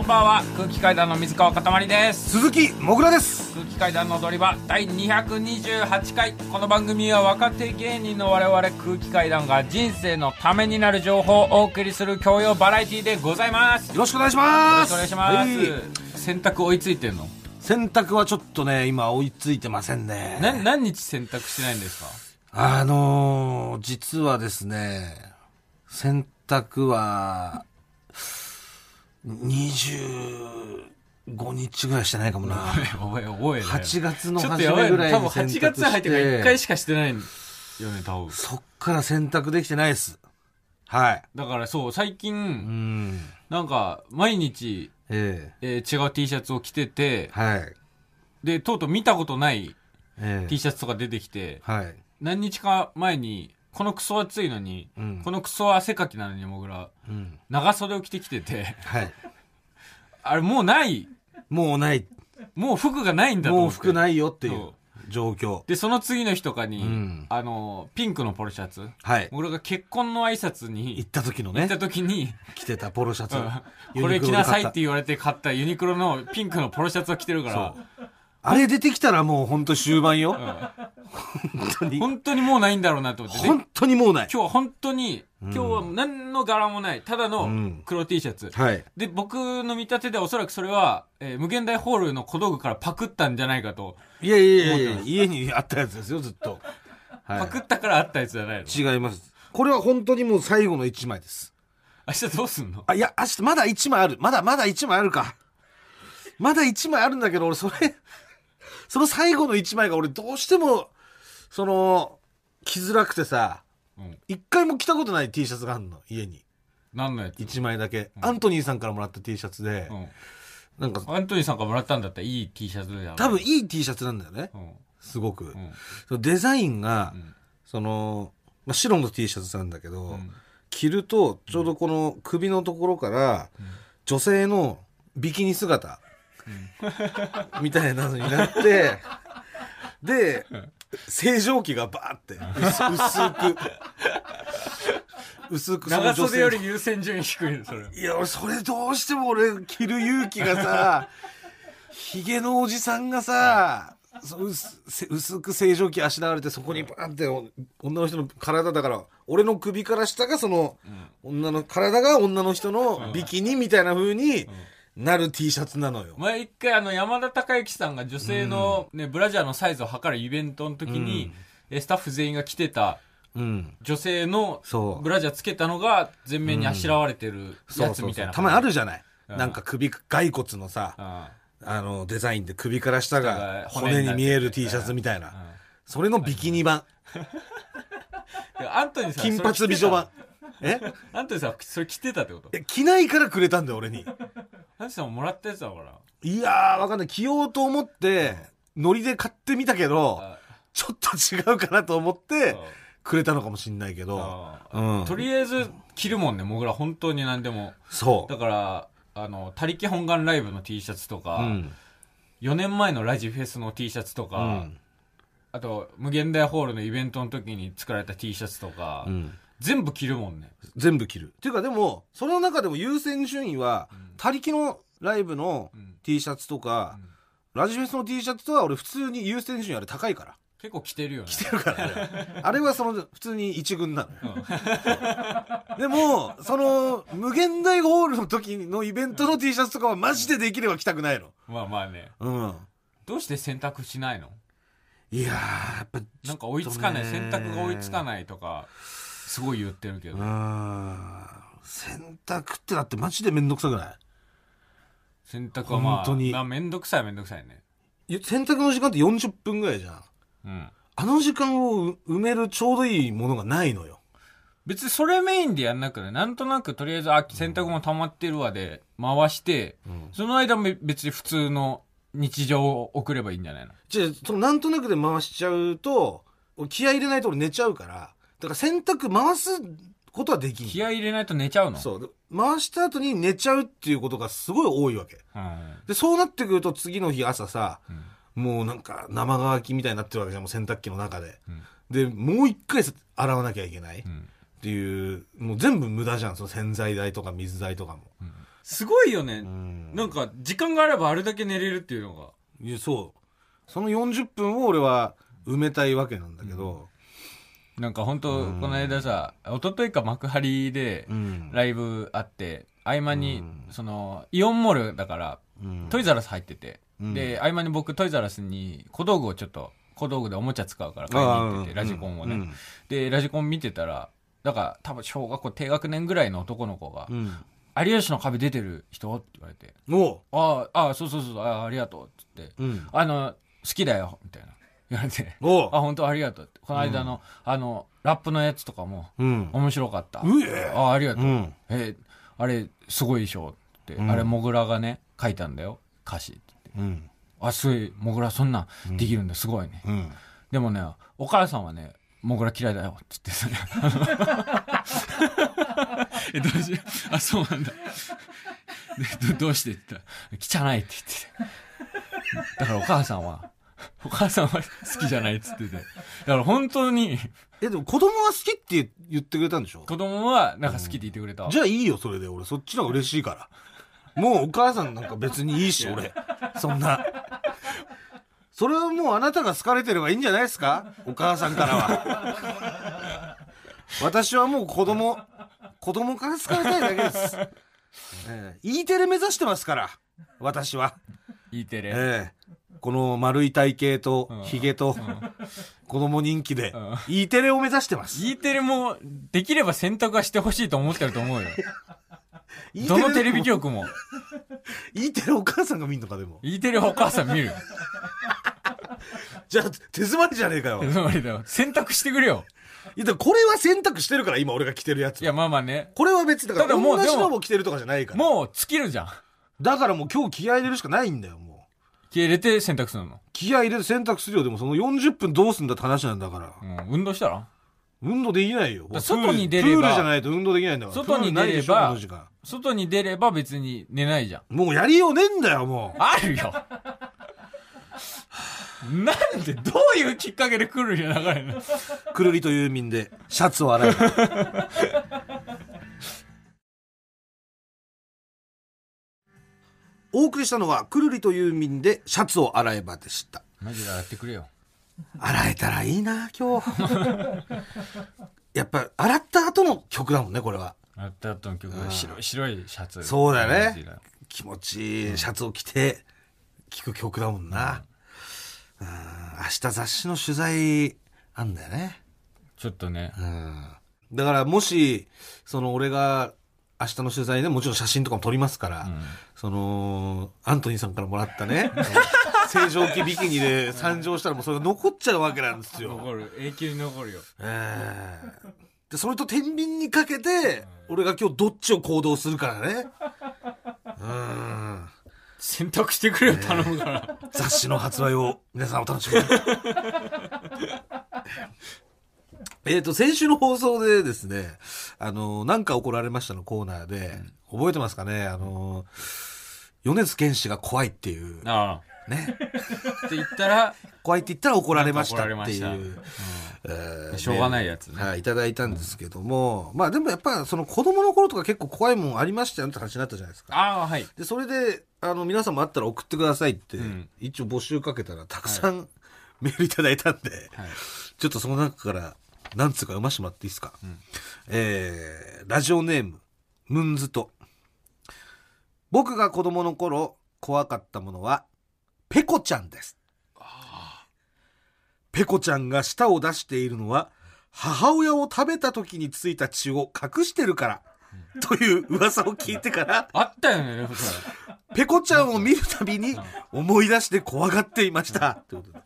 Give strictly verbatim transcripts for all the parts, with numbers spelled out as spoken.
んばんは。空気階段の水川かたまりです。 鈴木もぐらです。 空気階段の踊り場だいにひゃくにじゅうはちかい。この番組は若手芸人の我々空気階段が人生のためになる情報をお送りする教養バラエティでございます。 よろしくお願いします。 よろしくお願いします、はい、洗濯追いついてんの？ 洗濯はちょっとね今追いついてませんね。 な何日洗濯してないんですか？ あのー、実はですね、洗濯はにじゅうごにちぐらいしてないかもな。 おいおいおい、ね、 はちがつの初めぐらいに洗濯して、多分はちがつ入ってからいっかいしかしてないよね多分。 そっから洗濯できてないです。はい。 だからそう最近、 うん、 なんか毎日、えええー、違う T シャツを着てて、 はい、でとうとう見たことない、 ええ、 T シャツとか出てきて、 はい、 何日か前にこのクソ暑いのに、うん、このクソ汗かきなのにもぐら、うん、長袖を着てきてて、はい、あれもうないもうないもう服がないんだと思って。 もう服ないよっていう状況で、その次の日とかに、うん、あのピンクのポロシャツ、はい、俺が結婚の挨拶に行った時のね行った時に着てたポロシャツ、 うん、これ着なさいって言われて買ったユニクロのピンクのポロシャツを着てるからあれ出てきたらもう本当終盤よ、うん、 本当に本当にもうないんだろうなと思って。 本当にもうない。 今日は本当に、うん、今日は何の柄もないただの黒 T シャツ、うん、はい、で僕の見立てではおそらくそれは、えー、無限大ホールの小道具からパクったんじゃないかと。 いやいやいやいや家にあったやつですよずっと、 はい、パクったからあったやつじゃないの？違います。これは本当にもう最後のいちまいです。 明日どうすんの？ あ、いや明日まだいちまいある。まだまだいちまいあるか。まだいちまいあるんだけど俺それその最後のいちまいが俺どうしてもその着づらくてさ、一、うん、回も着たことない T シャツがあるの家に。 何のやつ？ いちまいだけ、うん、アントニーさんからもらった T シャツで、うん、 なんかアントニーさんからもらったんだったらいい T シャツだよ。 多分いい T シャツなんだよね、うん、すごく、うん、そのデザインが、うん、その、まあ、白の T シャツなんだけど、うん、着るとちょうどこの首のところから、うん、女性のビキニ姿うん、みたいなのになってで清浄機がバーって薄く薄くその女性長袖より優先順位低い。それいや俺それどうしても俺着る勇気がさヒゲのおじさんがさ薄く清浄機あしらわれてそこにバーって女の人の体だから俺の首から下がその女の体が女の人のビキニみたいな風になる T シャツなのよ。 前一回あの山田孝之さんが女性の、ね、うん、ブラジャーのサイズを測るイベントの時に、うん、スタッフ全員が着てた、うん、女性のブラジャーつけたのが前面にあしらわれてるやつみたいな、うん、 たまにあるじゃない、うん、なんか首骸骨のさ、うん、あのデザインで首から下が骨に見える T シャツみたいな、うん、それのビキニ版アントニーさん金髪美女版えアントニーさんそれ着てたってこと？ 着ないからくれたんだよ俺に。 アントニーさんももらったやつだから。 いやーわかんない。着ようと思ってノリで買ってみたけどちょっと違うかなと思ってくれたのかもしんないけど、 うん、とりあえず着るもんねもぐら本当に何でも。そうだからあの他力本願ライブの T シャツとか、うん、よねんまえのラジフェスの T シャツとか、うん、あと無限大ホールのイベントの時に作られた T シャツとか、うん全部着るもんね。 全部着るっていうかでもその中でも優先順位は、うん、他力のライブの T シャツとか、うん、ラジフェスの T シャツとは俺普通に優先順位あれ高いから結構着てるよね。 着てるからねあれはその普通に一軍なのよ、うん、でもその無限大ホールの時のイベントの T シャツとかはマジでできれば着たくないの。 まあまあね、 うん、 どうして洗濯しないの？ いやーやっぱなんか追いつかない洗濯が追いつかないとかすごい言ってるけど。 あ洗濯ってだってマジでめんどくさくない？ 洗濯はまあ本当に、まあ、めんどくさいめんどくさいね。 洗濯の時間ってよんじゅっぷんぐらいじゃん、うん、あの時間を埋めるちょうどいいものがないのよ。 別にそれメインでやんなくてなんとなくとりあえずあ洗濯も溜まってるわで回して、うん、その間も別に普通の日常を送ればいいんじゃないの？ じゃあそのなんとなくで回しちゃうと気合い入れないと俺寝ちゃうからだから洗濯回すことはできん。 気合い入れないと寝ちゃうの？ そう回した後に寝ちゃうっていうことがすごい多いわけ、うん、でそうなってくると次の日朝さ、うん、もうなんか生乾きみたいになってるわけじゃんもう洗濯機の中で、うん、でもう一回洗わなきゃいけない、うん、っていうもう全部無駄じゃんその洗剤代とか水代とかも、うん、 すごいよね、うん、なんか時間があればあれだけ寝れるっていうのが。 いやそうそのよんじゅっぷんを俺は埋めたいわけなんだけど、 うん、なんか本当、うん、この間さ一昨日か幕張でライブあって、うん、合間に、うん、そのイオンモールだから、うん、トイザらス入ってて、うん、で合間に僕トイザらスに小道具をちょっと小道具でおもちゃ使うから買いに行ってて、ラジコンをね、うん、でラジコン見てたらだから多分小学校低学年ぐらいの男の子が、うん、有吉の壁出てる人って言われて、おああそうそうそう あ, ありがとうって言って、うん、あの好きだよみたいな言われて、おあ本当ありがとうって、この間の、うん、あのラップのやつとかも、うん、面白かった、うえあありがとう、うん、えあれすごいでしょって、うん、あれモグラがね書いたんだよ歌詞って言って、うん、あすごいモグラそんなんできるんだ、すごいね、うん、でもねお母さんはねモグラ嫌いだよって言ってえどうしあそうなんだで ど, どうしてって言ったら汚いって言ってだからお母さんはお母さんは好きじゃないっつってて、だから本当にえでも子供は好きって言ってくれたんでしょ。 子供はなんか好きって言ってくれた、うん、 じゃあいいよそれで、俺そっちの方が嬉しいから。もうお母さんなんか別にいいし俺そんなそれはもうあなたが好かれてればいいんじゃないですか、お母さんからは。私はもう子供子供から好かれたいだけです、えー、E テレ目指してますから私は。 E テレ、 えー、この丸い体型とヒゲと、うん、子供人気で、うん、E テレを目指してます。 E テレもできれば選択はしてほしいと思ってると思うよどのテレビ局も E テレお母さんが見んのか。でも E テレはお母さん見るじゃあ手詰まりじゃねえかよ。 手詰まりだよ、選択してくれよ。 いやこれは選択してるから今俺が着てるやつ。 いやまあまあね、 これは別だから、同じのも着てるとかじゃないから。 もう尽きるじゃん。 だからもう今日気合い入れるしかないんだよ。もう気合い入れて選択するの。 気合い入れて選択するよ。でもそのよんじゅっぷんどうすんだって話なんだから、 うん、運動したら運動できないよ。 外に出ればプールじゃないと運動できないんだから。 外に出れば外に出れば別に寝ないじゃん。もうやりようねえんだよもう。 あるよなんでどういうきっかけでくるりが流れるの。 くるりという民でシャツを洗うお送りしたのはくるりという民でシャツを洗えばでした。 マジで洗ってくれよ。 洗えたらいいな今日やっぱ洗った後の曲だもんねこれは。 洗った後の曲、うん、白い白いシャツ。 そうだね、気持ちいいシャツを着て聴く曲だもんな、うん、明日雑誌の取材あんだよねちょっとね、 うん、だからもしその俺が明日の取材でもちろん写真とかも撮りますから、うん、そのアントニーさんからもらったね正常期ビキニで参上したらもうそれが残っちゃうわけなんですよ。 残る、永久に残るよ。 えー、でそれと天秤にかけて、うん、俺が今日どっちを行動するからね。うん、 選択してくれよ、頼むから。 雑誌の発売を皆さんお楽しみに。えっと、先週の放送でですね、あの、なんか怒られましたのコーナーで、うん、覚えてますかね、あの、米津玄師が怖いっていう。ああ。ね。 って言ったら、 怖いって言ったら怒られましたっていう。うんえー、しょうがないやつね。 はい、いただいたんですけども、うん、まあでもやっぱその子供の頃とか結構怖いもんありましたよって話になったじゃないですか。 ああ、はい。 で、それで、あの、皆さんもあったら送ってくださいって、うん、一応募集かけたらたくさん、はい、メールいただいたんで、はい、ちょっとその中から、なんつうか読ましてもらっていいですか、うん、えー、ラジオネームムンズと、僕が子供の頃怖かったものはペコちゃんです。あ、ペコちゃんが舌を出しているのは母親を食べた時についた血を隠してるから、うん、という噂を聞いてからあったよねペコちゃんを見るたびに思い出して怖がっていましたってことで、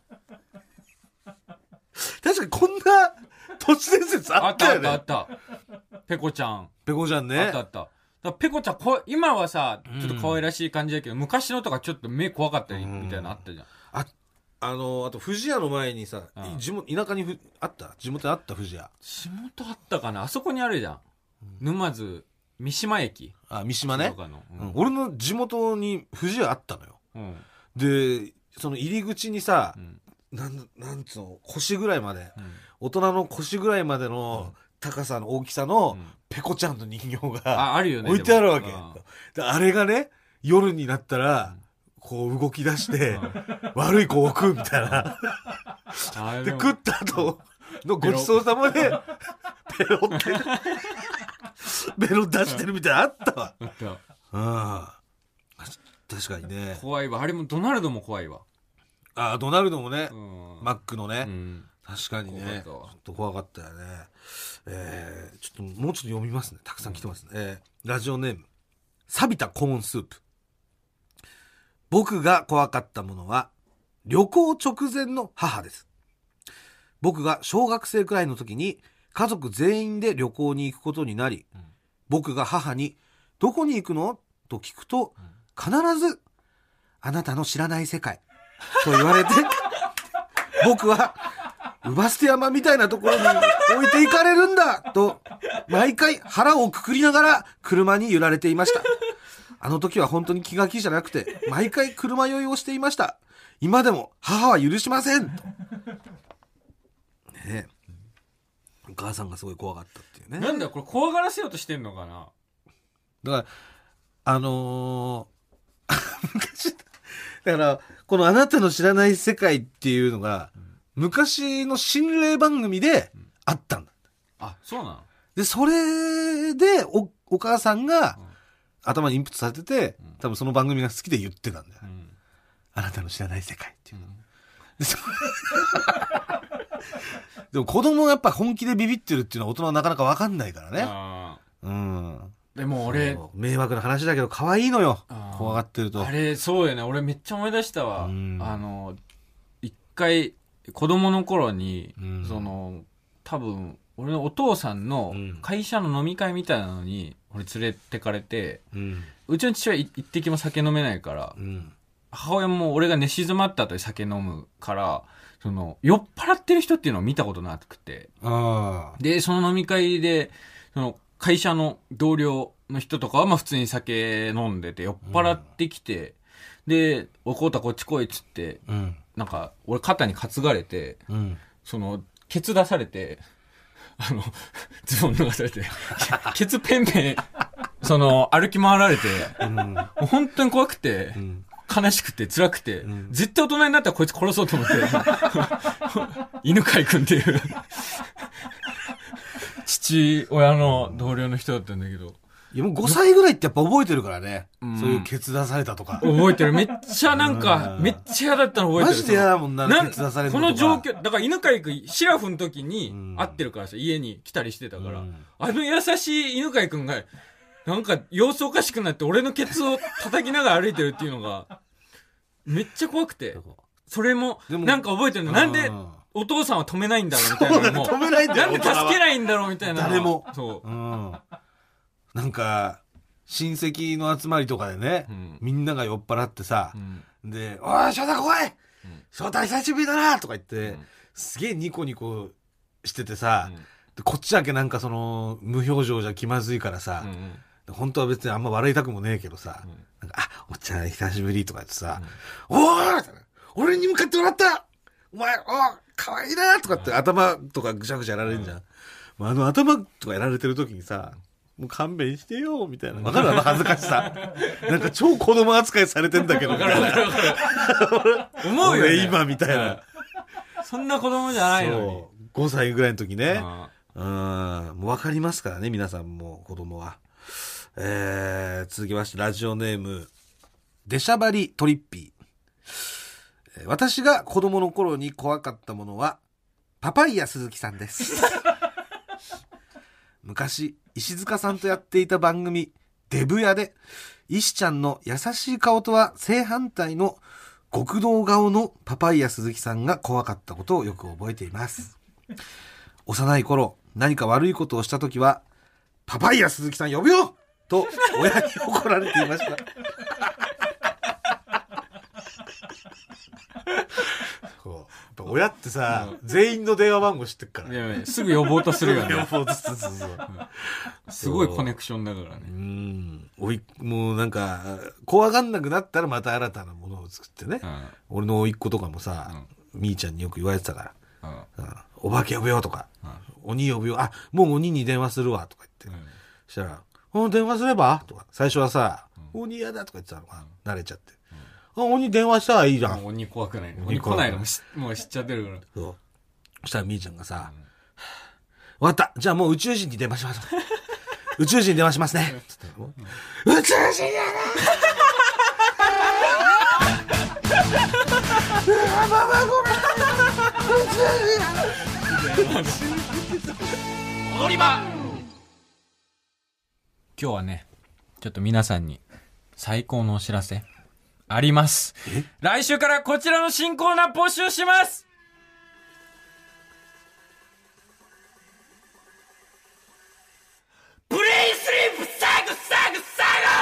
確かにこんな都市伝説あったよね。 あったあったあった。ペコちゃん。 ペコちゃんね。 あったあった。だペコちゃんこ、今はさ、ちょっと可愛らしい感じだけど、うん、昔のとかちょっと目怖かったりみたいなのあったじゃん。 あ、あの、あと、富士屋の前にさ、うん、地元、田舎にふあった地元にあった富士屋。 地元あったかな、あそこにあるじゃん。うん、沼津、三島駅。 あ、三島ね。うん、俺の地元に富士屋あったのよ。うん、で、その入り口にさ、うんなん、なんつうの、腰ぐらいまで、うん、大人の腰ぐらいまでの高さの大きさのペコちゃんの人形が、 あ、あるよね、 置いてあるわけ。 あれがね、夜になったら、こう動き出して、悪い子を食うみたいな。で、食った後のごちそうさまで、ペロって、ベロ出してるみたいなのあったわ。あった。ああ。確かにね。 怖いわ。あれもドナルドも怖いわ。 ああ、ドナルドもね、マックのね。確かにね。ちょっと怖かったよね。えー、ちょっともうちょっと読みますね。たくさん来てますね。えー、ラジオネーム、錆びたコーンスープ。僕が怖かったものは、旅行直前の母です。僕が小学生くらいの時に、家族全員で旅行に行くことになり、うん、僕が母に、どこに行くのと聞くと、必ず、あなたの知らない世界、と言われて、僕は、ウバステ山みたいなところに置いていかれるんだと、毎回腹をくくりながら車に揺られていました。あの時は本当に気が気じゃなくて、毎回車酔いをしていました。今でも母は許しませんと。ねえ。お母さんがすごい怖かったっていうね。 なんだこれ怖がらせようとしてんのかな。 だからあのー、昔だからこのあなたの知らない世界っていうのが、うん、昔の心霊番組であったんだ。 うん、あ、そうなの。 でそれで お, お母さんが、うん、頭にインプットされてて、うん、多分その番組が好きで言ってたんだよ。うん、あなたの知らない世界っていう。うん、で, でも子供がやっぱ本気でビビってるっていうのは大人はなかなか分かんないからね。あ、うん。 でも俺迷惑な話だけど可愛いのよ。怖がってると。 あれそうよね。俺めっちゃ思い出したわ。うん、あの一回子供の頃に、うん、その多分俺のお父さんの会社の飲み会みたいなのに俺連れてかれて、うん、うちの父親一滴も酒飲めないから、うん、母親も俺が寝静まった後に酒飲むから、その酔っ払ってる人っていうのを見たことなくて、あでその飲み会でその会社の同僚の人とかはまあ普通に酒飲んでて酔っ払ってきて、うん、でおこうたこっち来いっつって、うん、なんか俺肩に担がれて、うん、そのケツ出されて、あのズボン脱がされてケツペンペンその歩き回られて、うん、もう本当に怖くて、うん、悲しくて辛くて、うん、絶対大人になったらこいつ殺そうと思って犬飼くんっていう父親の同僚の人だったんだけど、 いやもうごさいぐらいってやっぱ覚えてるからね、うん、そういうケツ出されたとか覚えてる。めっちゃなんかめっちゃ嫌だったの覚えてる。 マジで嫌だもんな、ケツ出されるのとか。この状況だから犬飼くんシラフの時に会ってるからさ、家に来たりしてたから、うん、あの優しい犬飼くんがなんか様子おかしくなって俺のケツを叩きながら歩いてるっていうのがめっちゃ怖くて、それもなんか覚えてるの。なんでお父さんは止めないんだろうみたいなのも、 止めないんだよ。 なんで助けないんだろうみたいな。 誰も。 そう。うん。 なんか親戚の集まりとかでね、うん、みんなが酔っ払ってさ、うん、で、おい翔太来い、うん、翔太久しぶりだなとか言って、うん、すげえニコニコしててさ、うん、でこっちだけなんかその無表情じゃ気まずいからさ、うんうん、本当は別にあんま笑いたくもねえけどさ、うん、なんかあおっちゃん久しぶりとか言ってさ、うん、おー俺に向かって笑ったお前おかわいいなとかって頭とかぐしゃぐしゃやられるじゃん、うん、あの頭とかやられてる時にさ、もう勘弁してよみたいな、わかるあの恥ずかしさなんか超子供扱いされてんだけどみたいな思うよ、ね、今みたいな、 そんな子供じゃないのにごさいぐらいの時ね、うん、もう分かりますからね皆さんも子供は。えー、続きましてラジオネームデシャバリトリッピー。私が子供の頃に怖かったものはパパイヤ鈴木さんです昔石塚さんとやっていた番組デブ屋で石ちゃんの優しい顔とは正反対の極道顔のパパイヤ鈴木さんが怖かったことをよく覚えています。幼い頃何か悪いことをした時はパパイヤ鈴木さん呼ぶよと親に怒られていました親ってさ、うん、全員の電話番号知ってるから、 いやいやすぐ呼ぼうとするよね呼ぼうとするそうそうすごいコネクションだからね。 うん、おいもうなんか怖がんなくなったらまた新たなものを作ってね、うん、俺の甥っ子とかもさ、うん、みーちゃんによく言われてたから、うんうん、お化け呼ぶよとか、うん、鬼呼ぶよ、あもう鬼に電話するわとか言って、うん、したら電話すればとか最初はさ、うん、 鬼嫌だとか言ってたのが、慣れちゃって。あ、鬼電話したらいいじゃん。 鬼怖くないね。鬼来ないのももう知っちゃってるから。そう。 そしたらみーちゃんがさ、わかった。じゃあもう宇宙人に電話します。宇宙人に電話しますね。つって宇宙人やなママごめん宇宙人踊り場。今日はね、ちょっと皆さんに最高のお知らせあります。来週からこちらの新コーナー募集します。ブレインスリープ最後最後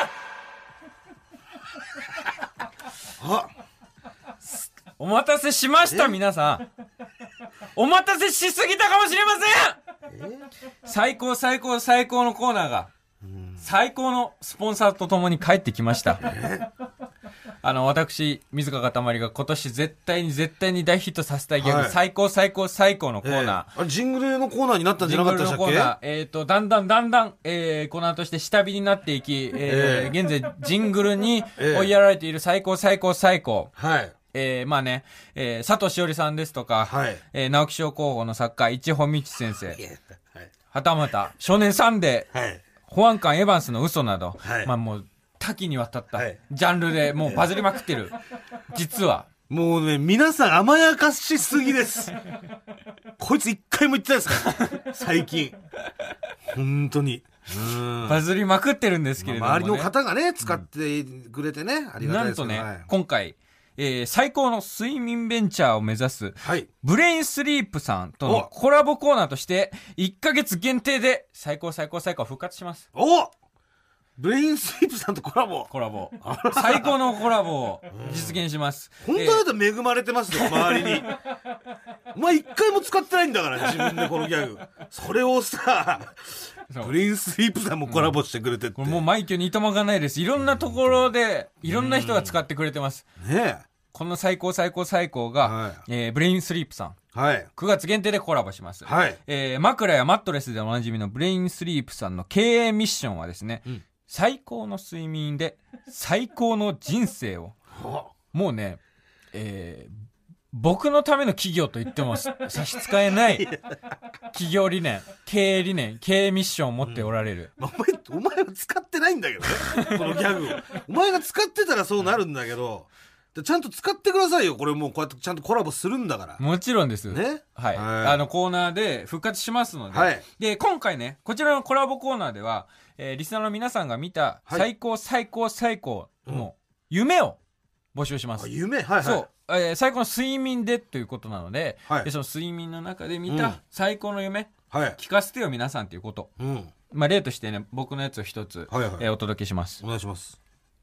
最後あお待たせしました、皆さん。お待たせしすぎたかもしれません。最高最高最高のコーナーが最高のスポンサーとともに帰ってきました。あの私水川かたまりが今年絶対に絶対に大ヒットさせたいギャグ、はい、最高最高最高のコーナー、 えー、あれジングルのコーナーになったんじゃなかったでしたっけ。ジングルのコーナー、 えーとだんだんだんだん、えー、コーナーとして下火になっていき、えーえー、現在ジングルに追いやられている最高最高最高、 はい、 えー、まあね、えー、佐藤しおりさんですとか、はい、えー、直木賞候補の作家市穂道先生、はい、はたまた少年サンデー、はい、保安官エヴァンスの嘘など、はい、まあもう多岐にわたったジャンルでもうバズりまくってる。実はもうね、皆さん甘やかしすぎです。こいつ一回も言ってないですから最近本当にうんバズりまくってるんですけれども、ね、 まあ、周りの方がね使ってくれてね、うん、ありがたいですけど、 なんとね、はい、今回、えー、最高の睡眠ベンチャーを目指す、はい、ブレインスリープさんとのコラボコーナーとしていっかげつ限定で最高最高最高復活します。 おブレインスリープさんとコラボコラボ最高のコラボを実現します。 本当だと恵まれてますよ、周りに。お前一回も使ってないんだから自分でこのギャグ。それをさブレインスリープさんもコラボしてくれてって、 うん、これもう枚挙にいとまがないです。いろんなところでいろんな人が使ってくれてます、うん、ねえ。この最高最高最高が、はい、えー、ブレインスリープさん、はい、くがつ限定でコラボします、はい、えー、枕やマットレスでおなじみのブレインスリープさんの経営ミッションはですね、うん、最高の睡眠で最高の人生をもうね、えー、僕のための企業と言っても差し支えない企業理念、経営理念、経営ミッションを持っておられる、 うん、お前、お前は使ってないんだけどねこのギャグを。お前が使ってたらそうなるんだけど、ちゃんと使ってくださいよ。これもうこうやってちゃんとコラボするんだから。 もちろんです。ね。はい。はい、あのコーナーで復活しますので。はい。で、今回ね、こちらのコラボコーナーでは、えー、リスナーの皆さんが見た最高最高最高の夢を募集します。 うん、夢はいはい。 そう。えー、最高の睡眠でということなので、はい、でその睡眠の中で見た最高の夢、うん、はい、聞かせてよ皆さんということ。うん。まあ例としてね、僕のやつを一つ、はいはい、えー、お届けします。 お願いします。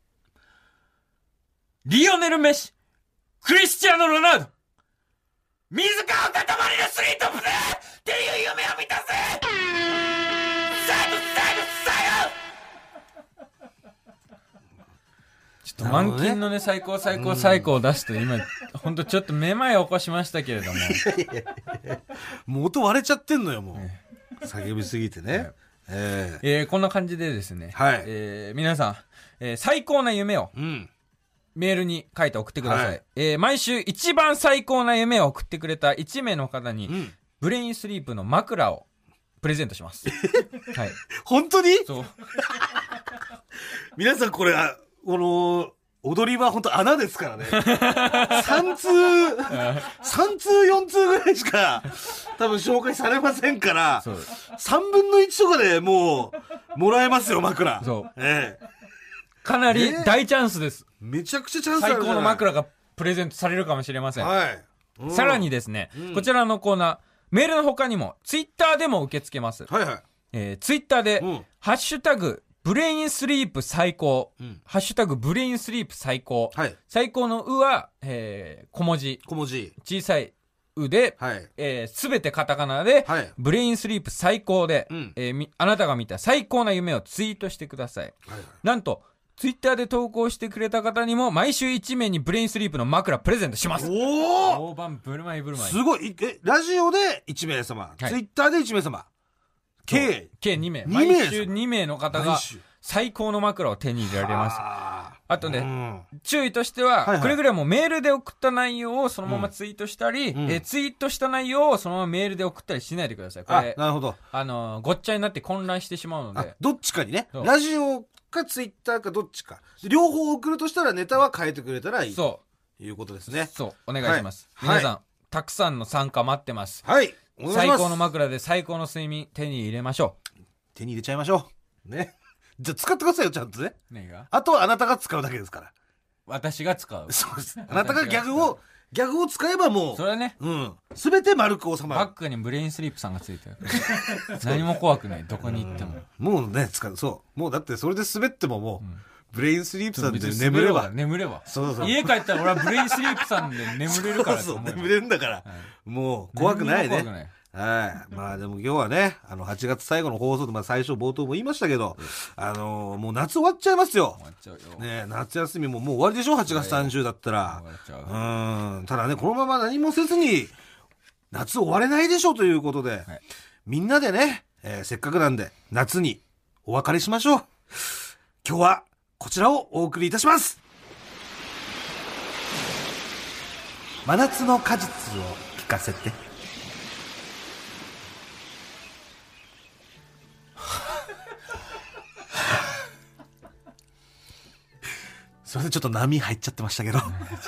リオネル・メッシ、クリスチャーノ・ロナウド、水川かたまりのスリートップでっていう夢を見たぜ。最後最後最後。ちょっと満金のね、最高最高最高を出すと今ほんとちょっとめまいを起こしましたけれどももう音割れちゃってんのよもう、叫びすぎてね、 えーえー、こんな感じでですね、はい、えー、皆さん、えー、最高な夢を、うん、メールに書いて送ってください、はい、えー、毎週一番最高な夢を送ってくれたいち名の方に、うん、ブレインスリープの枕をプレゼントします。はい。 本当に？ そう。 皆さんこれ、この踊り場本当穴ですからね。さん通、さん通よん通ぐらいしか多分紹介されませんから、そう、さんぶんのいちとかでもうもらえますよ枕。そう。ええ。 かなり大チャンスです。 えー、めちゃくちゃチャンスある。 最高の枕がプレゼントされるかもしれません。はい。うん、さらにですね、うん、こちらのコーナー、メールの他にもツイッターでも受け付けます。はいはい。えー、ツイッターで、うん、ハッシュタグブレインスリープ最高、うん、ハッシュタグブレインスリープ最高、はい、最高のうは、えー、小文字、 小文字、 小さいうで、はい、えー、すべてカタカナで、はい、ブレインスリープ最高で、うん、えー、あなたが見た最高な夢をツイートしてください。はいはい、なんとツイッターで投稿してくれた方にも毎週いち名にブレインスリープの枕プレゼントします。おお、大盤ブルマイブルマイ。 すごい。え、ラジオでいち名様、はい、ツイッターでいち名様、計計に名、毎週に名の方が最高の枕を手に入れられます。あとね、うん、注意としては、はいはい、くれぐれもメールで送った内容をそのままツイートしたり、うんえー、ツイートした内容をそのままメールで送ったりしないでください。これ、 あ、なるほど。 あのー、ごっちゃになって混乱してしまうので。 どっちかにね、ラジオかツイッターかどっちか。両方送るとしたらネタは変えてくれたらいい。そう。いうことですね。 そう。お願いします。はい、皆さん、はい、たくさんの参加待ってます。 はい。 お願いします。最高の枕で最高の睡眠手に入れましょう。手に入れちゃいましょう。ね。じゃあ使ってくださいよ、ちゃんとね。 何が？ あとはあなたが使うだけですから。 私が使う。 そうです。あなたがギャグを、ギャグを使えばもう。 それはね。 うん。すべて丸く収まる。 バックにブレインスリープさんがついてる。何も怖くない。どこに行っても。 もうね、使う。そう。もうだってそれで滑ってももう、うん、ブレインスリープさんで眠れば。 眠れば。 そうそう。 家帰ったら俺はブレインスリープさんで眠れるから。 そうそう。眠れるんだから。はい、もう怖くないね。怖くない。はい。まあでも今日はね、あのはちがつ最後の放送で、まあ最初冒頭も言いましたけど、あのー、もう夏終わっちゃいますよ。 終わっちゃうよ。 ね、夏休みももう終わりでしょ ?はちがつさんじゅうだったら。 終わっちゃう。うん。ただね、このまま何もせずに、夏終われないでしょということで、はい、みんなでね、えー、せっかくなんで、夏にお別れしましょう。今日はこちらをお送りいたします。真夏の果実を聞かせて。それでちょっと波入っちゃってましたけど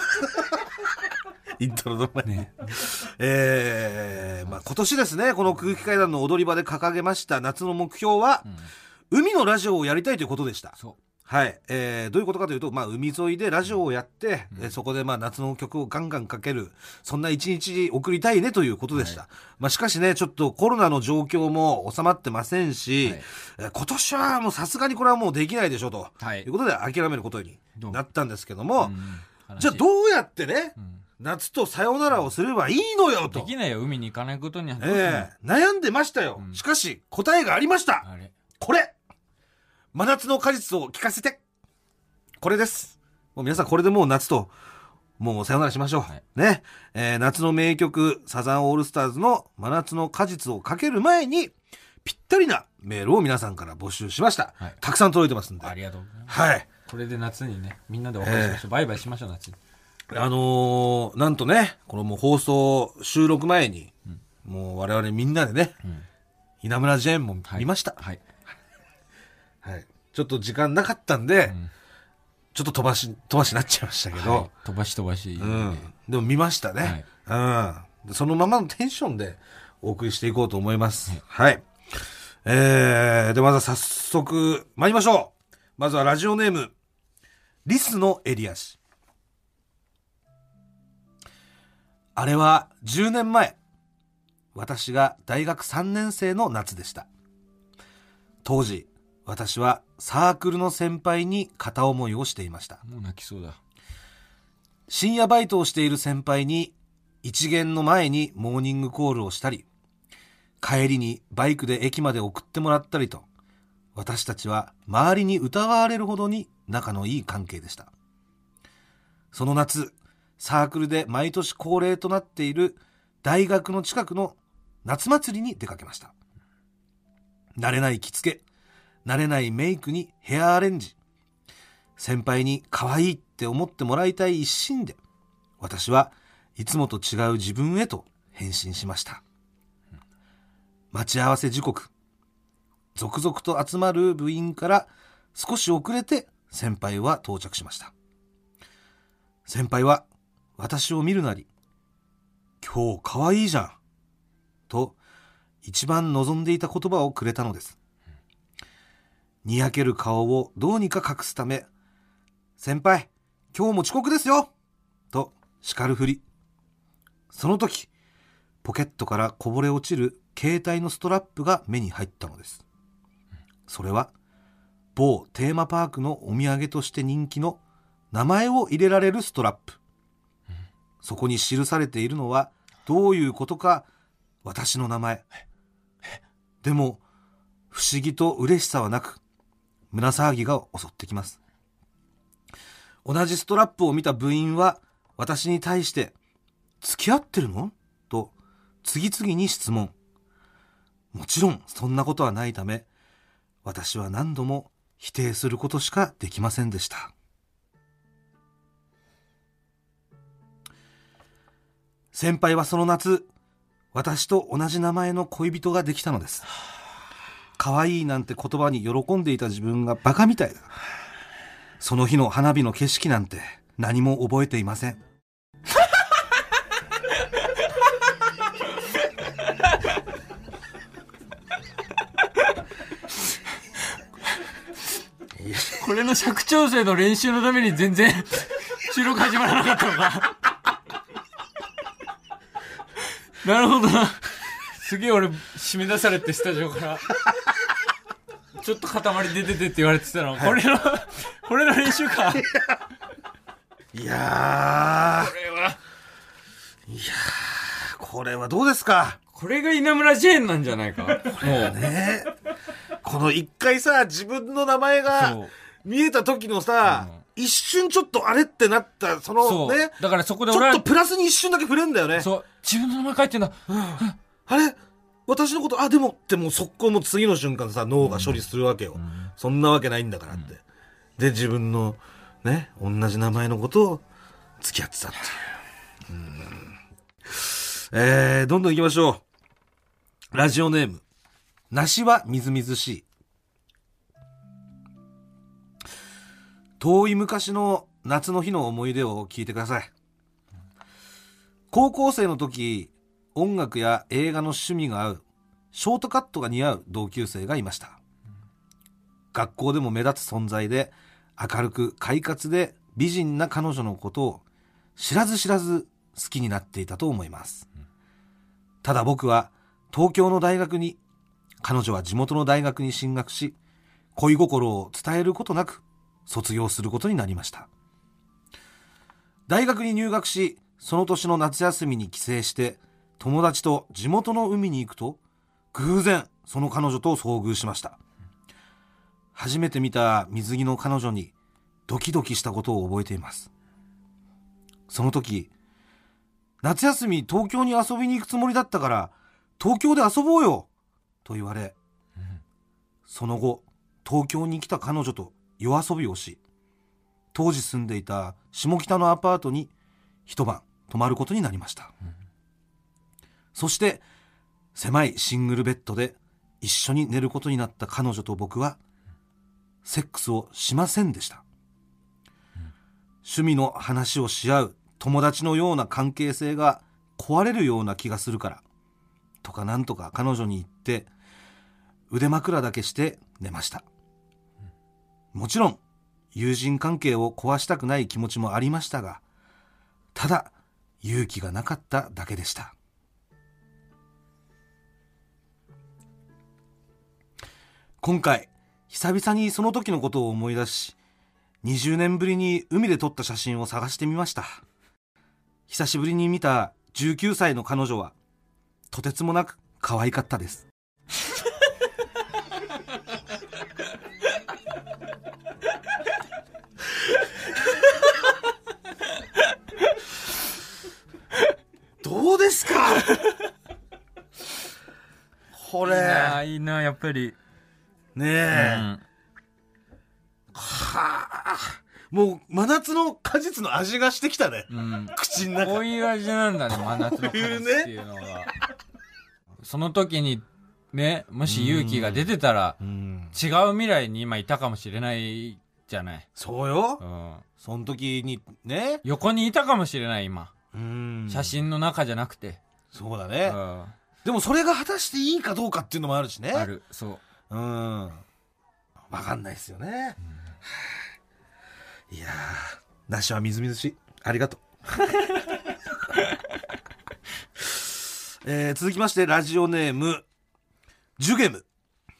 イントロの前に、ね、えー、まあ今年ですね、この空気階段の踊り場で掲げました夏の目標は、うん、海のラジオをやりたいということでした。そう、はい、えー、どういうことかというと、まあ、海沿いでラジオをやって、うん、そこでまあ夏の曲をガンガンかける、そんな一日送りたいねということでした。はい、まあ、しかしね、ちょっとコロナの状況も収まってませんし、はい、えー、今年はもうさすがにこれはもうできないでしょうと、はい、いうことで諦めることになったんですけども、うん、じゃあどうやってね、うん、夏とさよならをすればいいのよと。 できないよ、海に行かないことには。 えー、悩んでましたよ。うん、しかし答えがありました。あれ、これ真夏の果実を聞かせて。これです。もう皆さんこれでもう夏ともうさよならしましょう。はい、ね、えー、夏の名曲サザンオールスターズの真夏の果実をかける前にぴったりなメールを皆さんから募集しました。はい、たくさん届いてますんで。 ありがとうございます。 はい。 これで夏にね、みんなでお別れしましょう。えー、バイバイしましょう、夏に。 あのー、なんとね、このもう放送収録前に、うん、もう我々みんなでね、うん、稲村ジェーンも見ました。はい。はいはい、ちょっと時間なかったんで、うん、ちょっと飛ばし、飛ばしになっちゃいましたけど。はい、 飛ばし飛ばし、 うん。でも見ましたね。はい、うん。そのままのテンションでお送りしていこうと思います。はい。はい、えー、で、まずは早速参りましょう。まずはラジオネーム、リスのエリア氏。あれはじゅうねんまえ、私が大学さんねん生の夏でした。当時、私はサークルの先輩に片思いをしていました。 もう泣きそうだ。 深夜バイトをしている先輩に一限の前にモーニングコールをしたり、帰りにバイクで駅まで送ってもらったりと、私たちは周りに疑われるほどに仲のいい関係でした。その夏、サークルで毎年恒例となっている大学の近くの夏祭りに出かけました。慣れない着付け、慣れないメイクにヘアアレンジ、先輩に可愛いって思ってもらいたい一心で、私はいつもと違う自分へと変身しました。待ち合わせ時刻、続々と集まる部員から少し遅れて先輩は到着しました。先輩は私を見るなり、今日可愛いじゃんと一番望んでいた言葉をくれたのです。にやける顔をどうにか隠すため、先輩、今日も遅刻ですよと叱るふり。その時、ポケットからこぼれ落ちる携帯のストラップが目に入ったのです。それは某テーマパークのお土産として人気の名前を入れられるストラップ。そこに記されているのはどういうことか、私の名前。でも不思議と嬉しさはなく、胸騒ぎが襲ってきます。同じストラップを見た部員は私に対して、付き合ってるの？と次々に質問。もちろんそんなことはないため、私は何度も否定することしかできませんでした。先輩はその夏、私と同じ名前の恋人ができたのです。可愛いなんて言葉に喜んでいた自分がバカみたいだ。その日の花火の景色なんて何も覚えていません。 これの尺調整の練習のために全然収録始まらなかったのか。なるほどな。すげえ俺締め出されてスタジオからちょっと塊出ててって言われてたの、はい、これのこれの練習か。 いやーこれはいやーこれはどうですか。 これが稲村ジェーンなんじゃないか。もうね、この一回さ自分の名前が見えた時のさ、うん、一瞬ちょっとあれってなったそのね、 だからそこで俺はちょっとプラスに一瞬だけ触れんだよね。 そう、自分の名前書いてんだ、うん、 あれ私のことあでもってもう速攻も次の瞬間さ脳が処理するわけよ、うん、そんなわけないんだからって、うん、で自分のね同じ名前のことを付き合ってたっていう、うん、えー、どんどん行きましょう。ラジオネーム梨はみずみずしい。遠い昔の夏の日の思い出を聞いてください。高校生の時、音楽や映画の趣味が合う、ショートカットが似合う同級生がいました。学校でも目立つ存在で、明るく快活で美人な彼女のことを知らず知らず好きになっていたと思います。ただ僕は東京の大学に、彼女は地元の大学に進学し、恋心を伝えることなく卒業することになりました。大学に入学し、その年の夏休みに帰省して友達と地元の海に行くと、偶然その彼女と遭遇しました。初めて見た水着の彼女にドキドキしたことを覚えています。その時、夏休み東京に遊びに行くつもりだったから東京で遊ぼうよと言われ、うん、その後東京に来た彼女と夜遊びをし、当時住んでいた下北のアパートに一晩泊まることになりました、うん、そして狭いシングルベッドで一緒に寝ることになった彼女と僕はセックスをしませんでした、うん、趣味の話をし合う友達のような関係性が壊れるような気がするからとかなんとか彼女に言って腕枕だけして寝ました、うん、もちろん友人関係を壊したくない気持ちもありましたが、ただ勇気がなかっただけでした。今回久々にその時のことを思い出し、にじゅうねんぶりに海で撮った写真を探してみました。久しぶりに見たじゅうきゅうさいの彼女はとてつもなく可愛かったです。どうですかこれ。いいな、いいな、やっぱりねえ、うん、はあ、もう真夏の果実の味がしてきたね、うん、口の中。 こういう味なんだね、真夏の果実っていうのが、ね、その時にね、もし勇気が出てたら、うん、違う未来に今いたかもしれないじゃない。 そうよ、うん、その時にね、 横にいたかもしれない今、うん、写真の中じゃなくて。 そうだね、うん、でもそれが果たしていいかどうかっていうのもあるしね。 ある、そう、 うん、分かんないですよね、うん、いやー、梨はみずみずしい。ありがとう、えー、続きましてラジオネームジュゲム。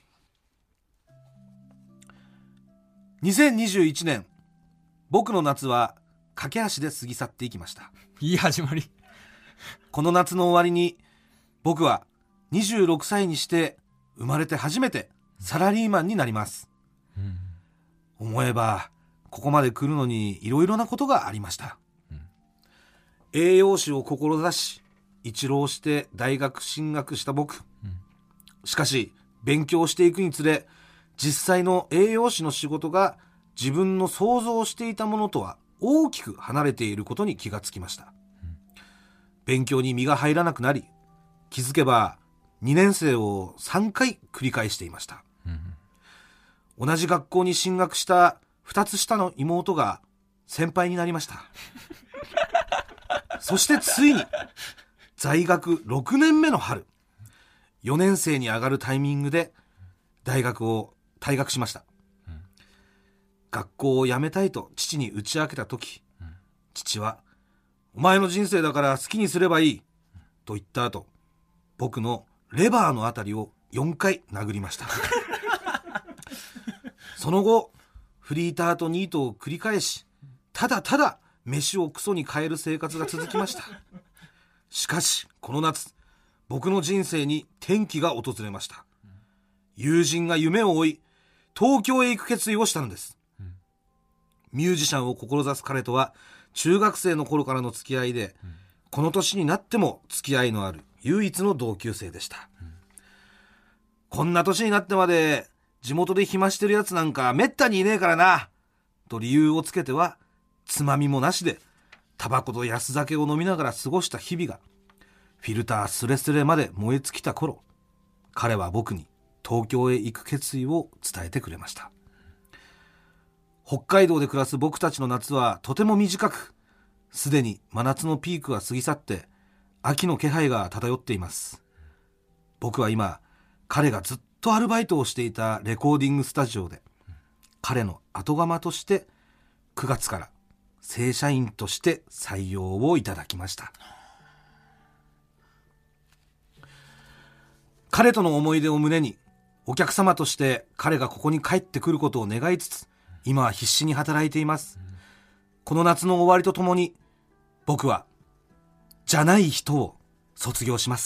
にせんにじゅういちねん、僕の夏は駆け足で過ぎ去っていきました。 いい始まり。 この夏の終わりに僕はにじゅうろくさいにして生まれて初めてサラリーマンになります、うん、思えばここまで来るのにいろいろなことがありました、うん、栄養士を志し一浪して大学進学した僕、うん、しかし勉強していくにつれ実際の栄養士の仕事が自分の想像していたものとは大きく離れていることに気がつきました。勉強に身が入らなくなり、気づけばにねん生をさんかい繰り返していました。うん、同じ学校に進学したふたつ下の妹が先輩になりました。そしてついに在学ろくねんめの春、よねん生に上がるタイミングで大学を退学しました。うん、学校を辞めたいと父に打ち明けた時、うん、父はお前の人生だから好きにすればいいと言った後、僕のレバーのあたりをよんかい殴りました。その後フリーターとニートを繰り返し、ただただ飯をクソに変える生活が続きました。しかしこの夏、僕の人生に転機が訪れました。友人が夢を追い東京へ行く決意をしたのです。ミュージシャンを志す彼とは中学生の頃からの付き合いで、うん、この年になっても付き合いのある唯一の同級生でした。うん、こんな年になってまで地元で暇してるやつなんかめったにいねえからなと理由をつけては、つまみもなしでタバコと安酒を飲みながら過ごした日々がフィルタースレスレまで燃え尽きた頃、彼は僕に東京へ行く決意を伝えてくれました。北海道で暮らす僕たちの夏はとても短く、すでに真夏のピークは過ぎ去って秋の気配が漂っています。僕は今、彼がずっとアルバイトをしていたレコーディングスタジオで彼の後釜としてくがつから正社員として採用をいただきました。彼との思い出を胸に、お客様として彼がここに帰ってくることを願いつつ、今は必死に働いています。うん、この夏の終わりとともに、僕はじゃない人を卒業します。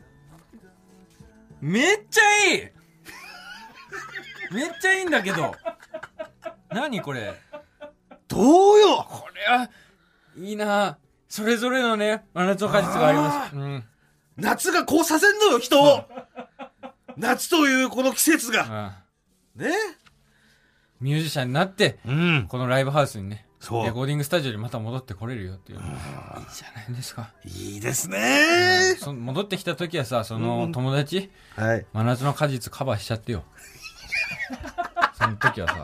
めっちゃいいめっちゃいいんだけど、何これ、 どうよ。 これはいいな。それぞれのね、真夏の果実があります。うん、 夏がこうさせんのよ、人を。夏というこの季節が、うん、ね、 ミュージシャンになって、うん、このライブハウスにね、 そうレコーディングスタジオにまた戻ってこれるよっていう、うん、いいじゃないですか。 いいですね、 うん、そ戻ってきた時はさ、その友達、うん、はい、真夏の果実カバーしちゃってよ。その時はさ、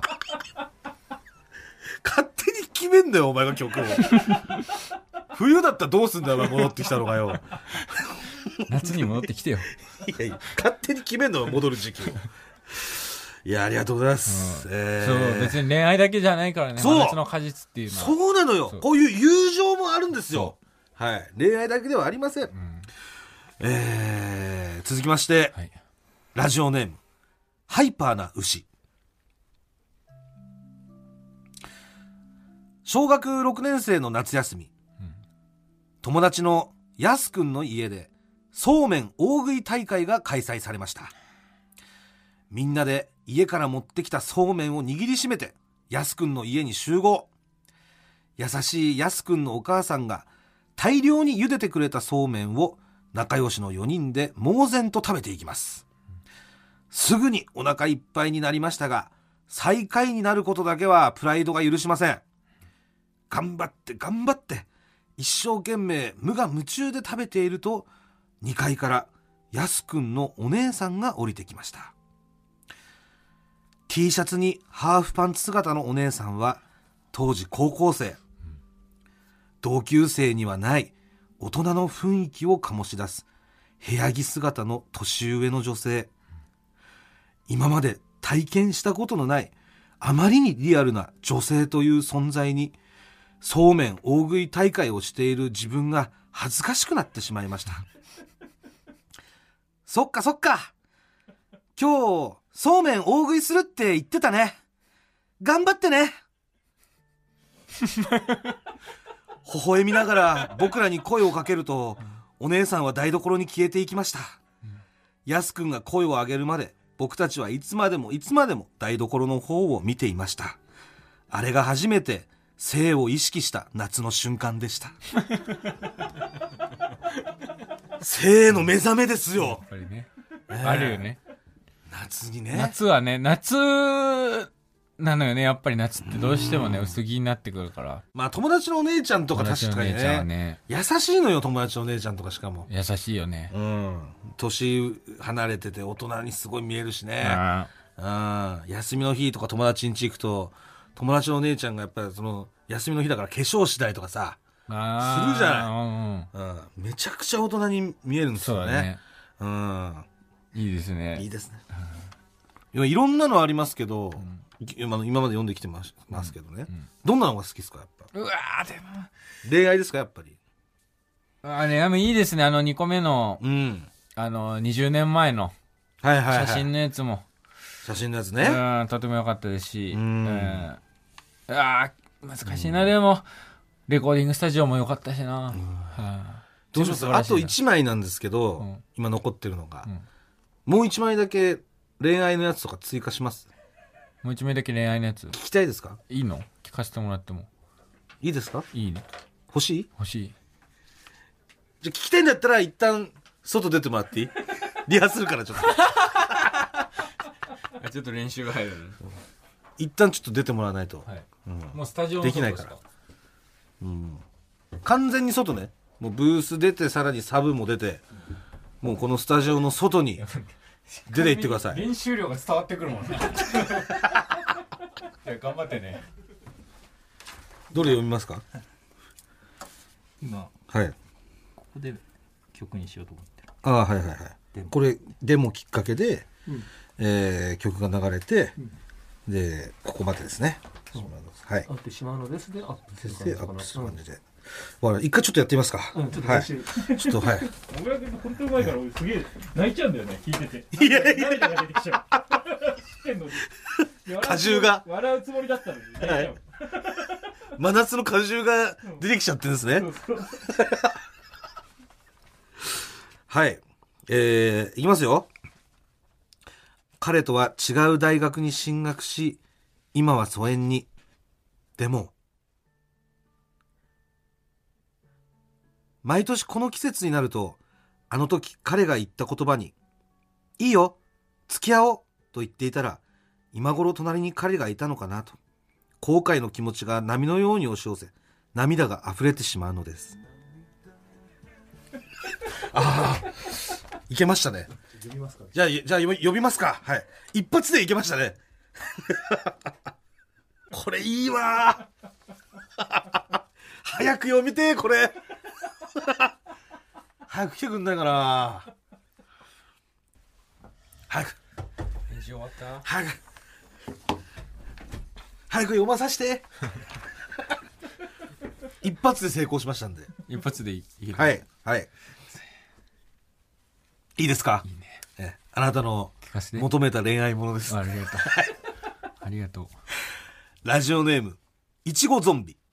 勝手に決めんだよお前が曲を。冬だったらどうすんだよお前、戻ってきたのかよ。 夏に戻ってきてよ。 いやいや、勝手に決めんのよ戻る時期を。いや、ありがとうございます。うん、えー、 そう、別に恋愛だけじゃないからね、真夏の果実っていうのは。 そうなのよ。こういう友情もあるんですよ。はい。恋愛だけではありません。うん、えー、続きまして、はい、ラジオネーム、ハイパーな牛。小学ろくねん生の夏休み、うん、友達のやすくんの家でそうめん大食い大会が開催されました。みんなで家から持ってきたそうめんを握りしめてやすくんの家に集合。優しいやすくんのお母さんが大量に茹でてくれたそうめんを仲良しのよにんで猛然と食べていきます。すぐにお腹いっぱいになりましたが、最下位になることだけはプライドが許しません。頑張って頑張って一生懸命無我夢中で食べていると、にかいからやすくんのお姉さんが降りてきました。 T シャツにハーフパンツ姿のお姉さんは当時高校生、うん、同級生にはない大人の雰囲気を醸し出す部屋着姿の年上の女性、うん、今まで体験したことのないあまりにリアルな女性という存在に、そうめん大食い大会をしている自分が恥ずかしくなってしまいました。そっかそっか、今日そうめん大食いするって言ってたね、頑張ってね。微笑みながら僕らに声をかけると、お姉さんは台所に消えていきました。やすくんが声を上げるまで僕たちはいつまでもいつまでも台所の方を見ていました。あれが初めて性を意識した夏の瞬間でした。性の目覚めですよ。 やっぱりね、えー、あるよね。 夏にね。 夏はね、夏なのよね。やっぱり夏ってどうしてもね、薄着になってくるから。 まあ友達のお姉ちゃんとか確かにね。 ね優しいのよ、友達のお姉ちゃんとかしかも。 優しいよね。 うん。年離れてて大人にすごい見えるしね。うん。休みの日とか友達ん家行くと、友達のお姉ちゃんがやっぱりその、休みの日だから化粧しだいとかさ、するじゃない、うんうん、めちゃくちゃ大人に見えるんですよね。そうだね、うん、いいですね。 いいですね、うん、いろんなのありますけど、うん、今, 今まで読んできて ます,、うん、ますけどね、うん、どんなのが好きですかやっぱ。 うわーでも恋愛ですかやっぱり。 あれでもいいですね。あのにこめの、うん、あのにじゅうねんまえの写真のやつも、はいはいはい、 写真のやつね、 うん、とても良かったですし、うん、えー、あ難しいな、うん、でもレコーディングスタジオも良かったしな、うんはあ、どうします。あといちまいなんですけど、うん、今残ってるのが、うん、もういちまいだけ恋愛のやつとか追加します。 もういちまいだけ恋愛のやつ聞きたいですか。 いいの聞かせてもらってもいいですか。 いいね。 欲しい。 欲しい。 じゃあ聞きたいんだったら一旦外出てもらっていいリハするからちょっとちょっと練習が入るね。 一旦ちょっと出てもらわないと、はいうん、もうスタジオのできないから、うん、完全に外ね。もうブース出てさらにサブも出て、もうこのスタジオの外に出て行ってください。 練習量が伝わってくるもんね頑張ってね。 どれ読みますか。 今はいここで曲にしようと思ってる。 ああはいはいはい。これデモきっかけで、うんえー、曲が流れて、うんでここまでですね。 はい。アップしまうのですでアップするアップする感じで。わかる。一回ちょっとやってみますか。 うん、ちょっと練習。はい、ちょっとはい。 小倉君本当うまいから俺すげえ泣いちゃうんだよね聞いてて。いやいや涙が出てきちゃう。知ってんのに。 果汁が笑うつもりだったのに泣いちゃう。はい、 真夏の果汁が出てきちゃってるんですね。そうそうはい。えー、いきますよ。彼とは違う大学に進学し、今は疎遠に。でも、毎年この季節になると、あの時彼が言った言葉に、いいよ、付き合おうと言っていたら、今頃隣に彼がいたのかなと、後悔の気持ちが波のように押し寄せ、涙が溢れてしまうのです。ああ、いけましたね。じゃあ、じゃあ呼びますか。はい。一発でいけましたね。これいいわ。早く読みてー、これ。早く来てくんないかな。早く。 練習終わった？ 早く。早く読まさせて。一発で成功しましたんで。 一発でいい。 はい。はい。いいですか？ いいね。 え、あなたの求めた恋愛ものです。 ありがとう。ありがとう。 ラジオネーム、いちごゾンビ。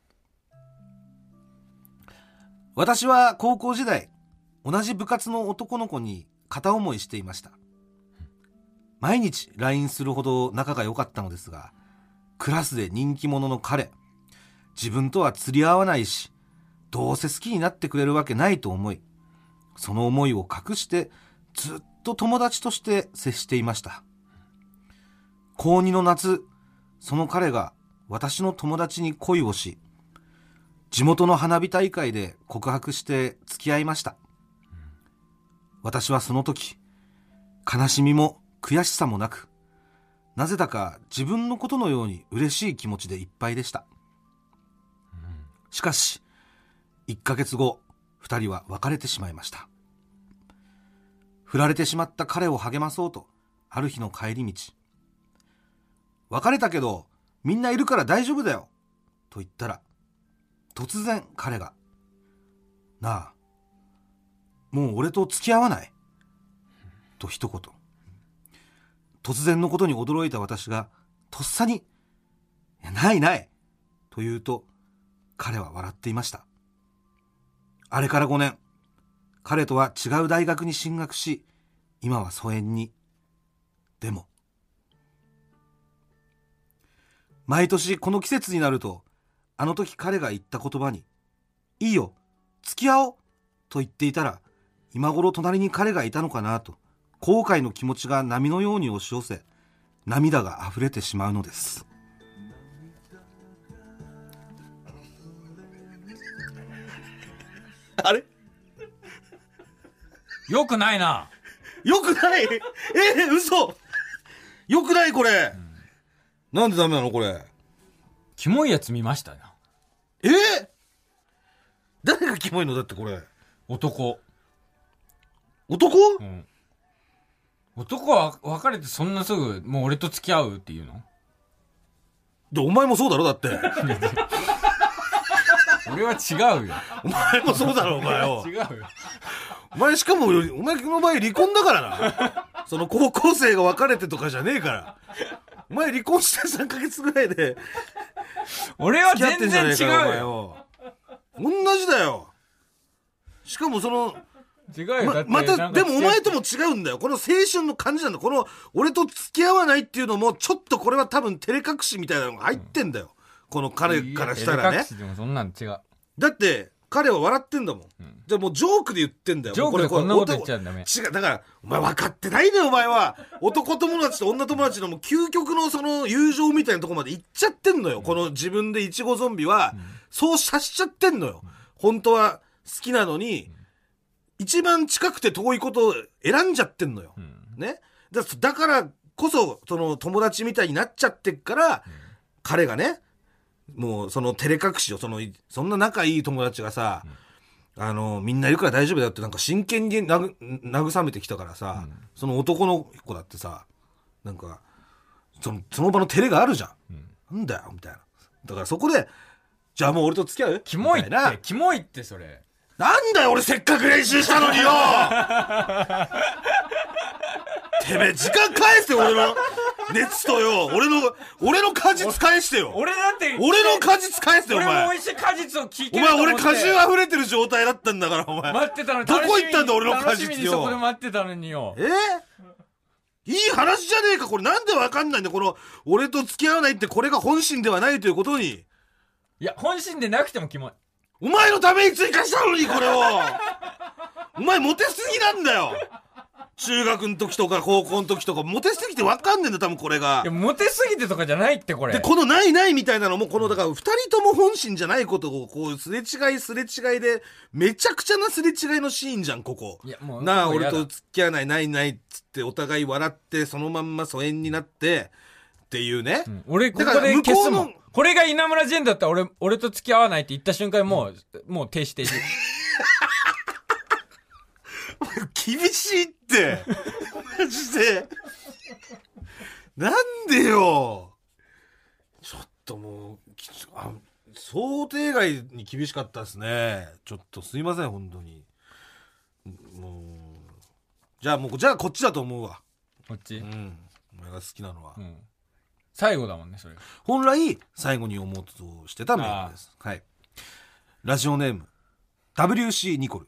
私は高校時代、同じ部活の男の子に片思いしていました。毎日 ライン するほど仲が良かったのですが、クラスで人気者の彼、自分とは釣り合わないし、どうせ好きになってくれるわけないと思い、その思いを隠してずっと友達として接していました。高にの夏、その彼が私の友達に恋をし、地元の花火大会で告白して付き合いました。私はその時、悲しみも悔しさもなく、なぜだか自分のことのように嬉しい気持ちでいっぱいでした。しかし、いっかげつご、二人は別れてしまいました。振られてしまった彼を励まそうと、ある日の帰り道、別れたけどみんないるから大丈夫だよと言ったら、突然彼が、なあ、もう俺と付き合わないと一言。突然のことに驚いた私がとっさに、いや、ないないと言うと、彼は笑っていました。あれからごねん、彼とは違う大学に進学し、今は疎遠に。でも、毎年この季節になると、あの時彼が言った言葉に、いいよ、付き合おうと言っていたら、今頃隣に彼がいたのかなと、 後悔の気持ちが波のように押し寄せ、涙が溢れてしまうのです。あれよくないな。 よくない。えー、嘘。よくないこれ、うん、なんでダメなのこれ。 キモいやつ見ましたな。 えー、誰がキモいのだってこれ。 男。 男、 うん、男は別れてそんなすぐもう俺と付き合うっていうので、お前もそうだろだって俺は違うよ。 お前もそうだろお前よ。 違うよ。 お前しかもお前の場合離婚だからな。その高校生が別れてとかじゃねえから。お前離婚してさんかげつぐらいで俺は全然違うよ。同じだよ。しかもその違うよ、 ま、 だってまたでもお前とも違うんだよ。この青春の感じなんだ。この俺と付き合わないっていうのもちょっとこれは多分照れ隠しみたいなのが入ってんだよ、うん、この彼からしたらね。 照れ隠しでもそんなん違う。 だって彼は笑ってんだもん、うん、じゃあもうジョークで言ってんだよ。 ジョークでこんなこと言っちゃダメ。 違う、だからお前分かってないねお前は。男友達と女友達のもう究極のその友情みたいなとこまで行っちゃってんのよ、うん、この自分でイチゴゾンビは、うん、そうさしちゃってんのよ、うん、本当は好きなのに、うん、一番近くて遠いことを選んじゃってんのよ、うん、ね。だ、だからこそその友達みたいになっちゃってっから、うん、彼がねもうその照れ隠しをそのそんな仲いい友達がさ、うん、あのみんないるから大丈夫だよってなんか真剣になぐ慰めてきたからさ、うん、その男の子だってさなんかその、その場の照れがあるじゃん、うん、なんだよみたいな。だからそこでじゃあもう俺と付き合うキモいってキモいってそれなんだよ俺せっかく練習したのによてめえ時間返して俺の熱とよ俺の俺の果実返してよ。 俺だって俺の果実返してよお前。 俺も美味しい果実を聞けると思って。 お前俺果汁溢れてる状態だったんだからお前。 待ってたのにどこ行ったんだ俺の果実よ。 楽しみにそこで待ってたのによ。 えー、いい話じゃねえかこれ。なんでわかんないんだこの俺と付き合わないってこれが本心ではないということに。いや本心でなくてもキモい。 お前のために追加したのにこれをお前モテすぎなんだよ。中学の時とか高校の時とかモテすぎて分かんねえんだ多分これが。 いやモテすぎてとかじゃないってこれ。 でこのないないみたいなのもこのだからふたりとも本心じゃないことをこうすれ違いすれ違いでめちゃくちゃなすれ違いのシーンじゃんここ。いやもうなあ俺と付き合わないないないっつってお互い笑ってそのまんま疎遠になってっていうね、うん、 俺ここで消すもん。これが稲村ジェンだったら俺俺と付き合わないって言った瞬間もう、うん、もう停止停止厳しいってマジでなんでよ。ちょっともうあ想定外に厳しかったですね。ちょっとすいません本当に。もうじゃあもうじゃあこっちだと思うわ。 こっち、うん、 お前が好きなのは、うん、 最後だもんねそれ。 本来最後に思おうとしてたメールです。はい。ラジオネーム ダブリューシー ニコル。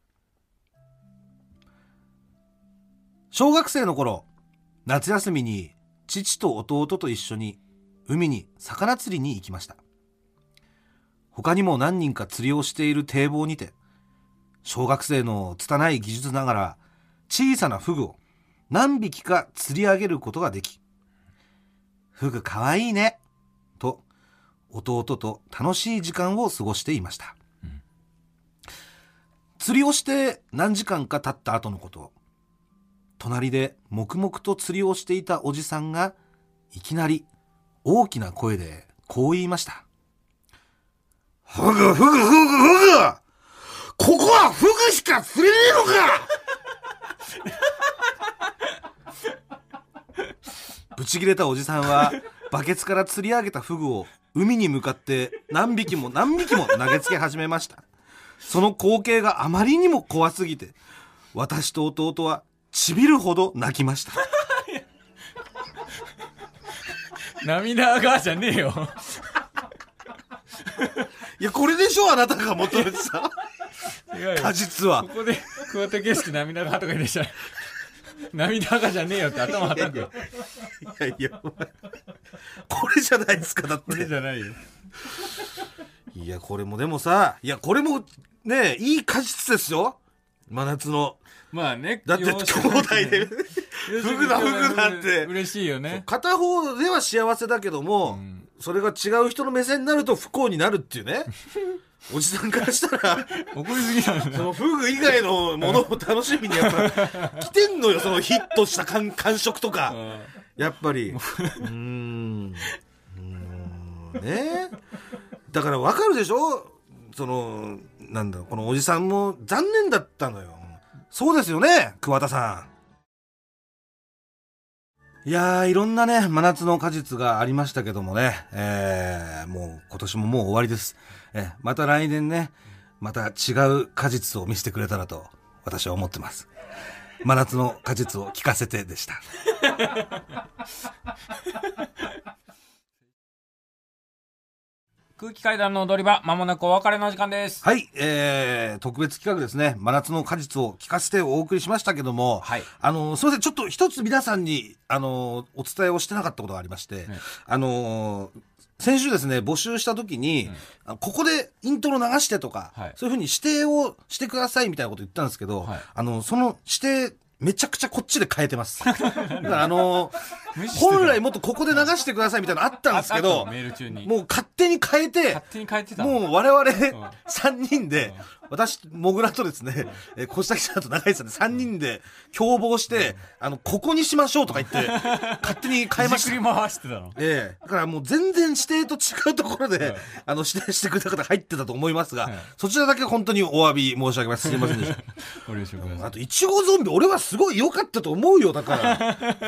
小学生の頃夏休みに父と弟と一緒に海に魚釣りに行きました。他にも何人か釣りをしている堤防にて小学生の拙い技術ながら小さなフグを何匹か釣り上げることができ、フグかわいいねと弟と楽しい時間を過ごしていました、うん、釣りをして何時間か経った後のこと、隣で黙々と釣りをしていたおじさんがいきなり大きな声でこう言いました。フグフグフグフグここはフグしか釣れねえのかぶち切れたおじさんはバケツから釣り上げたフグを海に向かって何匹も何匹も投げつけ始めました。その光景があまりにも怖すぎて私と弟はちびるほど泣きました涙がじゃねえよいやこれでしょあなたが求めてさ果実はここで桑田佳祐涙がとか言いでしたら涙がじゃねえよって頭はたく。いやいやこれじゃないですか。だってこれじゃないよ。 いやこれもでもさいやこれもねいい果実ですよ。 真夏の。 まあね。 だって兄弟で、フグだフグだって。 嬉しいよね。 片方では幸せだけども、うん、それが違う人の目線になると不幸になるっていうね。おじさんからしたら怒りすぎなんだ。 そのフグ以外のものを楽しみにやっぱ来てんのよ、そのヒットした感触とか。やっぱり。うーん。うーんね。だからわかるでしょ、その、なんだろう、このおじさんも残念だったのよ。そうですよね、桑田さん。いやー、いろんなね、真夏の果実がありましたけどもね、えー、もう今年ももう終わりです。えー、また来年ね、また違う果実を見せてくれたらと私は思ってます。真夏の果実を聞かせてでした。 空気階段の踊り場、まもなくお別れの時間です。 はい、えー、特別企画ですね。真夏の果実を聞かせてお送りしましたけども、はい、あの、すいません、ちょっと一つ皆さんに、あの、お伝えをしてなかったことがありまして、ね、あの、先週ですね、募集した時に、うん、ここでイントロ流してとか、はい、そういうふうに指定をしてくださいみたいなこと言ったんですけど、はい、あの、その指定、めちゃくちゃこっちで変えてます。だからあのー、本来もっとここで流してくださいみたいなのあったんですけど、 メール中にもう勝手に変えて、 勝手に変えてたもう我々さんにんで、私、もぐらとですね、えー、小下さんと長井さんでさんにんで共謀して、あの、ここにしましょうとか言って、勝手に変えました。 じくり回してたの。 ええー。だからもう全然指定と違うところで、あの、指定してくれた方入ってたと思いますが、そちらだけ本当にお詫び申し上げます。すみませんでした。 ご了承ください。 あと、いちごゾンビ、俺はすごい良かったと思うよ、だから。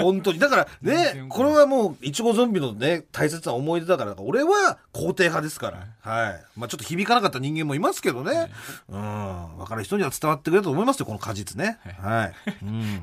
本当に。だからね、これはもう、いちごゾンビのね、大切な思い出だから、俺は肯定派ですから。はい。まあちょっと響かなかった人間もいますけどね。うん。分かる人には伝わってくれると思いますよ、この果実ね。はい。うん。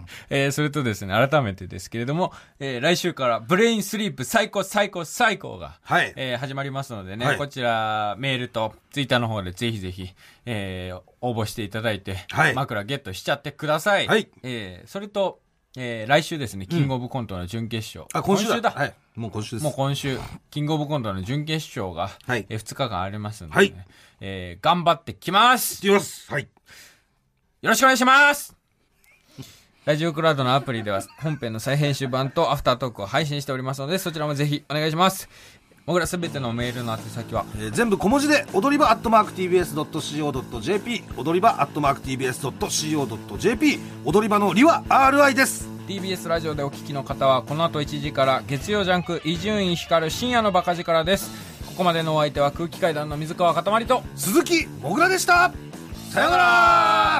えー、それとですね、改めてですけれども、えー、来週からブレインスリープ最高最高最高が、はい。えー、始まりますのでね、はい、こちら、メールとツイッターの方でぜひぜひ、えー、応募していただいて、はい。枕ゲットしちゃってください。はい。えー、それと、えー、来週ですね、キングオブコントの準決勝。 うん、あ、今週だ。今週だ。はい。もう今週です。 もう今週、キングオブコントの準決勝が、はい。えー、ふつかかんありますので、ね、はい。えー、頑張ってきます。 いきます。はい。 よろしくお願いします。ラジオクラウドのアプリでは本編の再編集版とアフタートークを配信しておりますので、そちらもぜひお願いします。もぐらすべてのメールの宛先は、 えー、全部小文字で踊り場アットマーク ティービーエスドットシーオードットジェーピー 踊り場アットマーク ティービーエスドットシーオードットジェーピー 踊り場のりは アールアイ です。 ティービーエス ラジオでお聞きの方はこの後いちじから月曜ジャンク伊集院光る深夜のバカ力です。ここまでのお相手は空気階段の水川かたまりと鈴木もぐらでした。さよなら。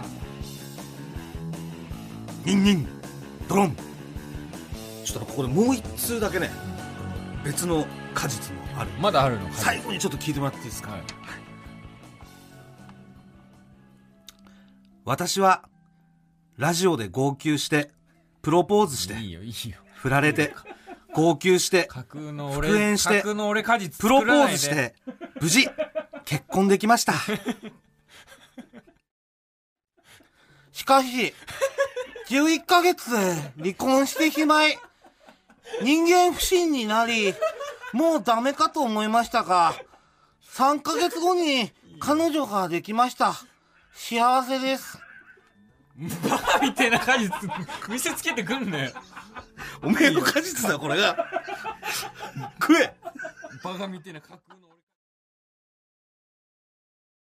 ニンニンドロン。ちょっとここでもう一通だけね、別の果実もある。 まだあるの？ 最後にちょっと聞いてもらっていいですか？はい、私はラジオで号泣してプロポーズして、 いいよいいよ、 振られて号泣して架空の俺復縁して架空の俺果実プロポーズして無事結婚できました。しかしじゅういっかげつで離婚してしまい、人間不信になり、もうダメかと思いましたが、さんかげつごに彼女ができました。幸せです。 バカみたいな果実見せつけてくんね。 おめえの果実だこれが。食え。 バカみたいな架空の俺